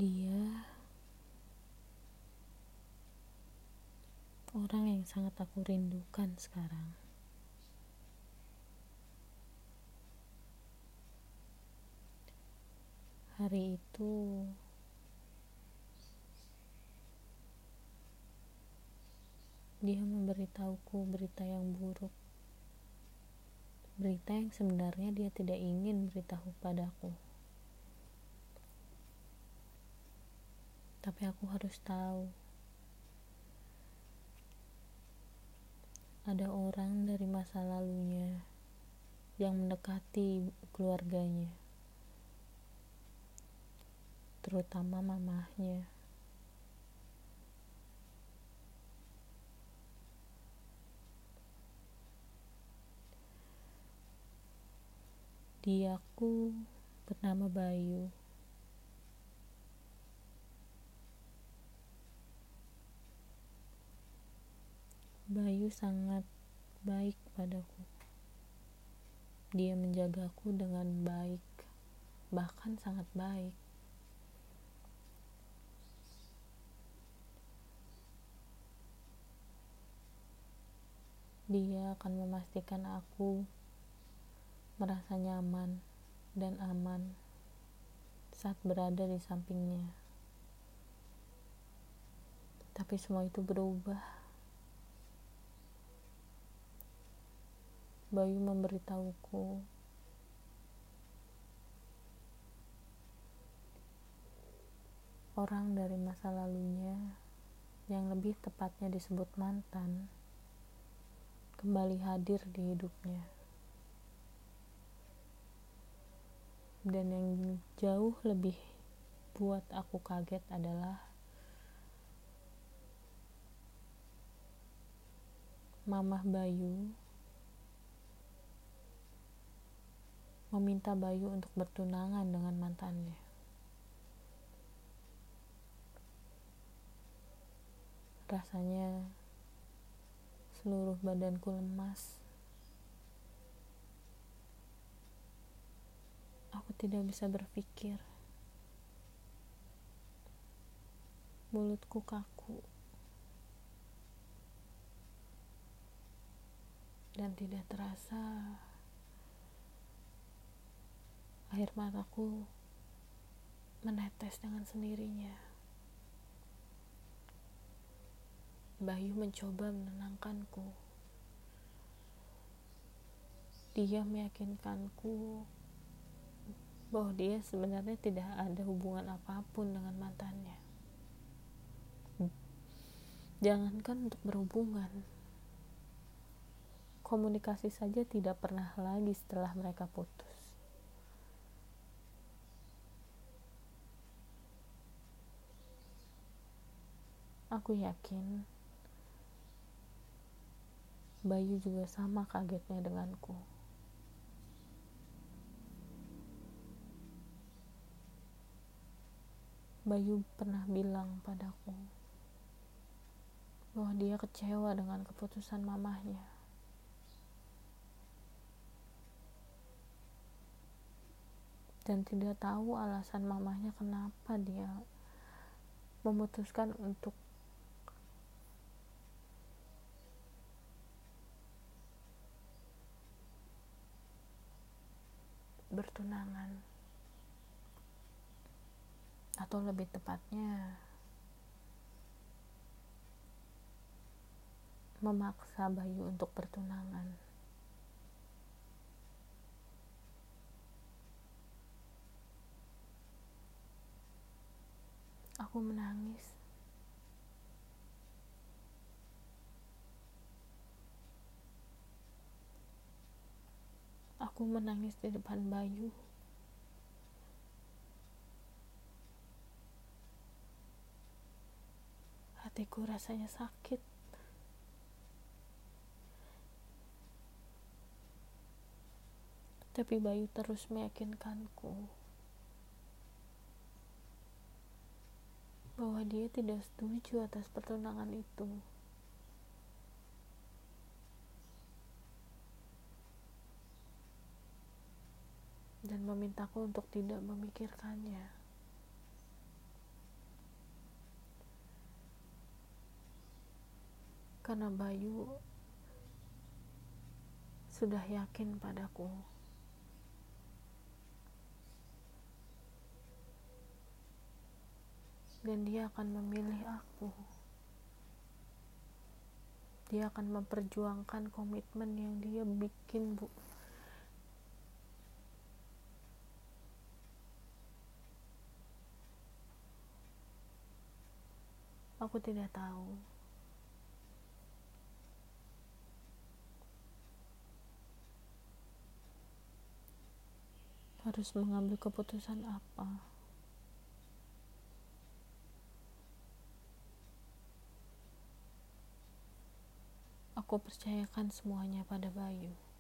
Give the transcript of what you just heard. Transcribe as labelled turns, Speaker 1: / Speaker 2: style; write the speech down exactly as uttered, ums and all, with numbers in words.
Speaker 1: Dia orang yang sangat aku rindukan sekarang. Hari itu dia memberitahuku berita yang buruk, berita yang sebenarnya dia tidak ingin beritahu padaku, tapi aku harus tahu. Ada orang dari masa lalunya yang mendekati keluarganya, terutama mamahnya. Diaku bernama Bayu. Bayu sangat baik padaku. Dia menjagaku dengan baik, bahkan sangat baik. Dia akan memastikan aku merasa nyaman dan aman saat berada di sampingnya. Tapi semua itu berubah. Bayu memberitahuku orang dari masa lalunya, yang lebih tepatnya disebut mantan, kembali hadir di hidupnya. Dan yang jauh lebih buat aku kaget adalah mamah Bayu meminta Bayu untuk bertunangan dengan mantannya. Rasanya seluruh badanku lemas. Aku tidak bisa berpikir. Mulutku kaku. Dan tidak terasa air mataku menetes dengan sendirinya. Bayu mencoba menenangkanku. Dia meyakinkanku bahwa dia sebenarnya tidak ada hubungan apapun dengan mantannya. Jangankan untuk berhubungan, komunikasi saja tidak pernah lagi setelah mereka putus. Aku yakin Bayu juga sama kagetnya denganku. Bayu pernah bilang padaku bahwa dia kecewa dengan keputusan mamahnya. Dan tidak tahu alasan mamahnya kenapa dia memutuskan untuk bertunangan, atau lebih tepatnya memaksa Bayu untuk bertunangan. Aku menangis. Aku menangis di depan Bayu. Hatiku rasanya sakit. Tapi Bayu terus meyakinkanku bahwa dia tidak setuju atas pertunangan itu. Dan memintaku untuk tidak memikirkannya. karena Bayu sudah yakin padaku. Dan dia akan memilih aku. Dia akan memperjuangkan komitmen yang dia bikin, Bu. Aku tidak tahu harus mengambil keputusan apa. Aku percayakan semuanya pada Bayu.